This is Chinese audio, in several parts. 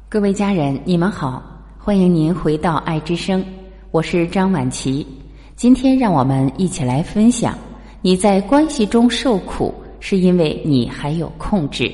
各位家人，你们好，欢迎您回到爱之声，我是张婉琪。今天让我们一起来分享，你在关系中受苦，是因为你还有控制。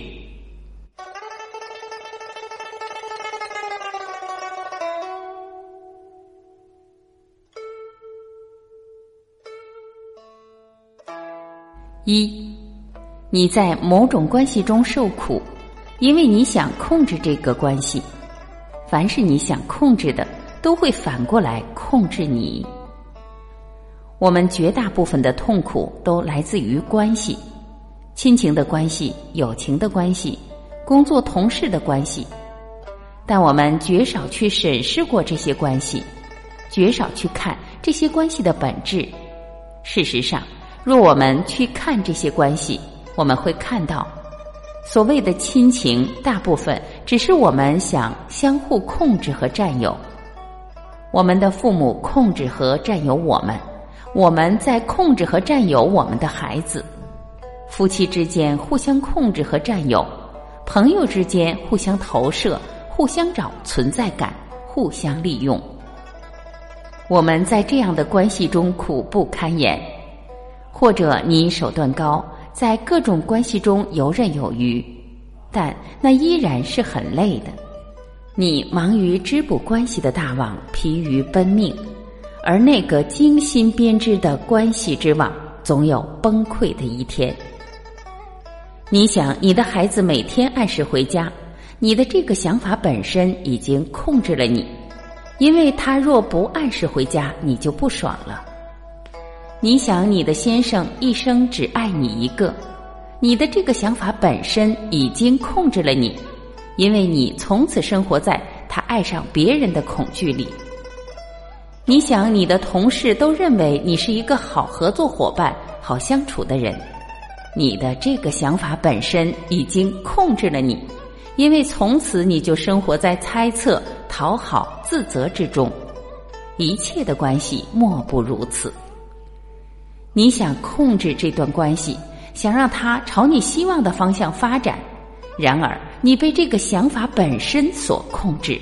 一，你在某种关系中受苦，因为你想控制这个关系。凡是你想控制的，都会反过来控制你。我们绝大部分的痛苦都来自于关系，亲情的关系、友情的关系、工作同事的关系，但我们绝少去审视过这些关系，绝少去看这些关系的本质。事实上，若我们去看这些关系，我们会看到，所谓的亲情大部分只是我们想相互控制和占有。我们的父母控制和占有我们，我们在控制和占有我们的孩子。夫妻之间互相控制和占有，朋友之间互相投射，互相找存在感，互相利用。我们在这样的关系中苦不堪言。或者你手段高，在各种关系中游刃有余，但那依然是很累的。你忙于织补关系的大网，疲于奔命，而那个精心编织的关系之网总有崩溃的一天。你想你的孩子每天按时回家，你的这个想法本身已经控制了你，因为他若不按时回家，你就不爽了。你想你的先生一生只爱你一个，你的这个想法本身已经控制了你，因为你从此生活在他爱上别人的恐惧里。你想你的同事都认为你是一个好合作伙伴、好相处的人，你的这个想法本身已经控制了你，因为从此你就生活在猜测、讨好、自责之中。一切的关系莫不如此。你想控制这段关系，想让它朝你希望的方向发展，然而你被这个想法本身所控制。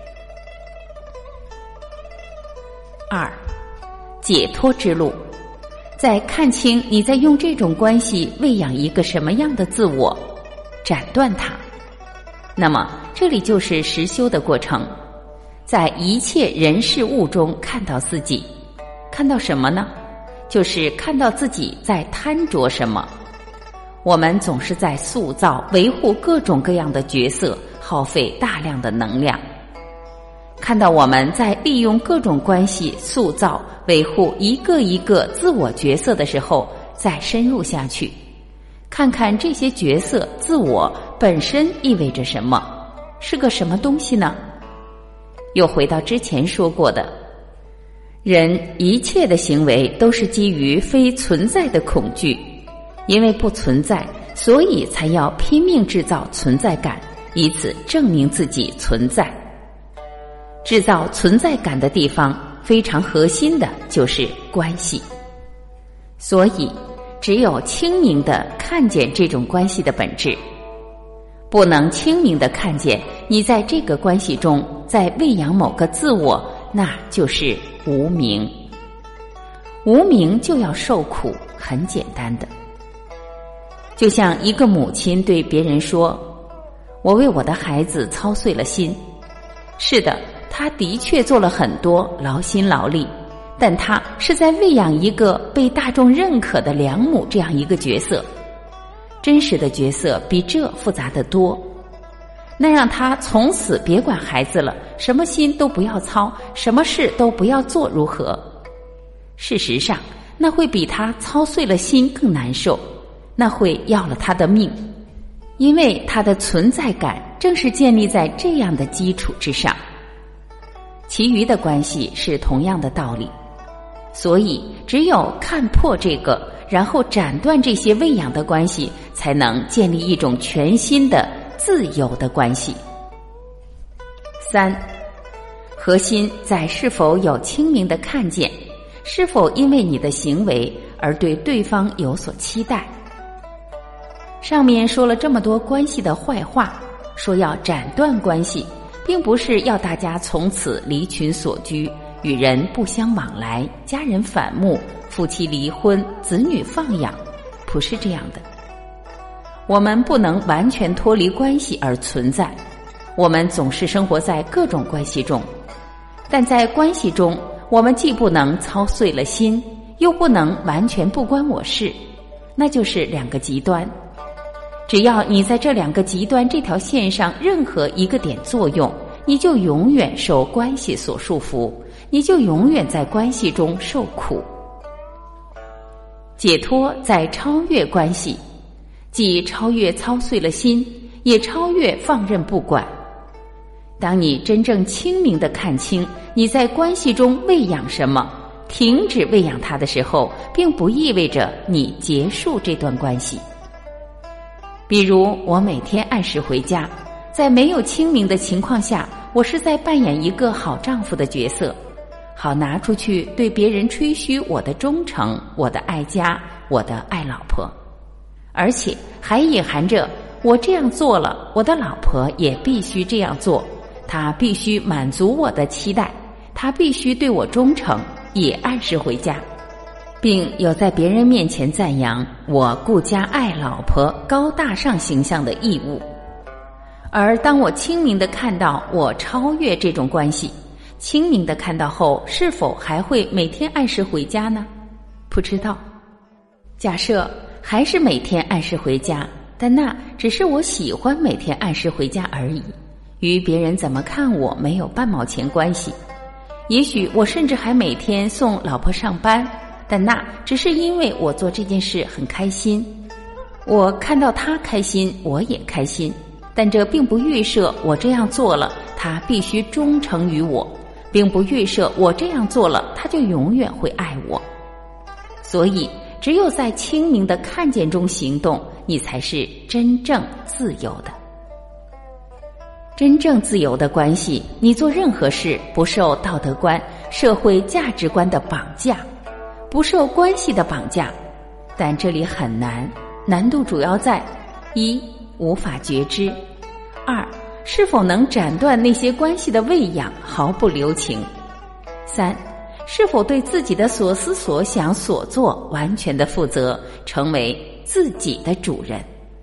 二，解脱之路。在看清你在用这种关系喂养一个什么样的自我，斩断它。那么这里就是实修的过程，在一切人事物中看到自己，看到什么呢？就是看到自己在贪着什么。我们总是在塑造、维护各种各样的角色，耗费大量的能量。看到我们在利用各种关系塑造、维护一个一个自我角色的时候，再深入下去，看看这些角色、自我本身意味着什么，是个什么东西呢？又回到之前说过的，人一切的行为都是基于非存在的恐惧，因为不存在，所以才要拼命制造存在感，以此证明自己存在。制造存在感的地方，非常核心的就是关系。所以，只有清明地看见这种关系的本质。不能清明地看见你在这个关系中在喂养某个自我，那就是无明。无明就要受苦，很简单的。就像一个母亲对别人说，我为我的孩子操碎了心。是的，他的确做了很多劳心劳力，但他是在喂养一个被大众认可的良母这样一个角色。真实的角色比这复杂得多。那让他从此别管孩子了，什么心都不要操，什么事都不要做，如何？事实上，那会比他操碎了心更难受，那会要了他的命，因为他的存在感正是建立在这样的基础之上。其余的关系是同样的道理，所以只有看破这个，然后斩断这些喂养的关系，才能建立一种全新的自由的关系。三，核心在是否有清明的看见，是否因为你的行为而对对方有所期待。上面说了这么多关系的坏话，说要斩断关系， 并不是要大家从此离群索居，与人不相往来，家人反目，夫妻离婚，子女放养，不是这样的。我们不能完全脱离关系而存在，我们总是生活在各种关系中，但在关系中，我们既不能操碎了心，又不能完全不关我事，那就是两个极端。只要你在这两个极端这条线上任何一个点作用，你就永远受关系所束缚，你就永远在关系中受苦。解脱在超越关系，既超越操碎了心，也超越放任不管。当你真正清明地看清你在关系中喂养什么，停止喂养它的时候，并不意味着你结束这段关系。比如我每天按时回家，在没有清明的情况下，我是在扮演一个好丈夫的角色，好拿出去对别人吹嘘我的忠诚，我的爱家，我的爱老婆，而且还隐含着我这样做了，我的老婆也必须这样做，她必须满足我的期待，她必须对我忠诚，也按时回家，并有在别人面前赞扬我顾家爱老婆高大上形象的义务。而当我清明地看到我超越这种关系，清明地看到后，是否还会每天按时回家呢？不知道。假设还是每天按时回家，但那只是我喜欢每天按时回家而已，与别人怎么看我没有半毛钱关系。也许我甚至还每天送老婆上班，但那只是因为我做这件事很开心，我看到她开心，我也开心，但这并不预设我这样做了，她必须忠诚于我，并不预设我这样做了，她就永远会爱我。所以只有在清明的看见中行动，你才是真正自由的。真正自由的关系，你做任何事不受道德观、社会价值观的绑架，不受关系的绑架。但这里很难，难度主要在：一、无法觉知；二、是否能斩断那些关系的喂养，毫不留情；三、是否对自己的所思所想所做完全的负责，成为自己的主人。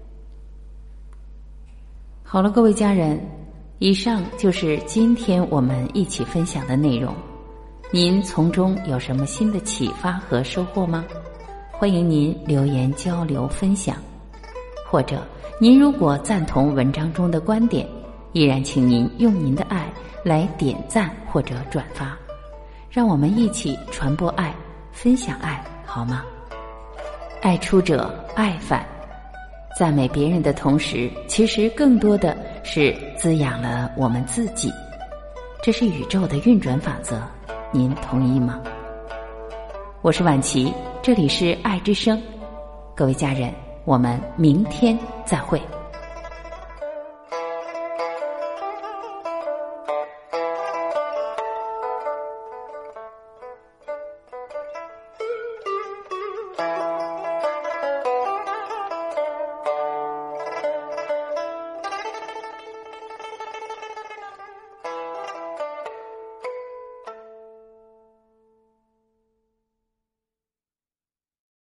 好了，各位家人，以上就是今天我们一起分享的内容。您从中有什么新的启发和收获吗？欢迎您留言交流分享。或者您如果赞同文章中的观点，依然请您用您的爱来点赞或者转发，让我们一起传播爱，分享爱，好吗？爱出者爱返，赞美别人的同时，其实更多的是滋养了我们自己，这是宇宙的运转法则，您同意吗？我是婉琪，这里是爱之声，各位家人，我们明天再会。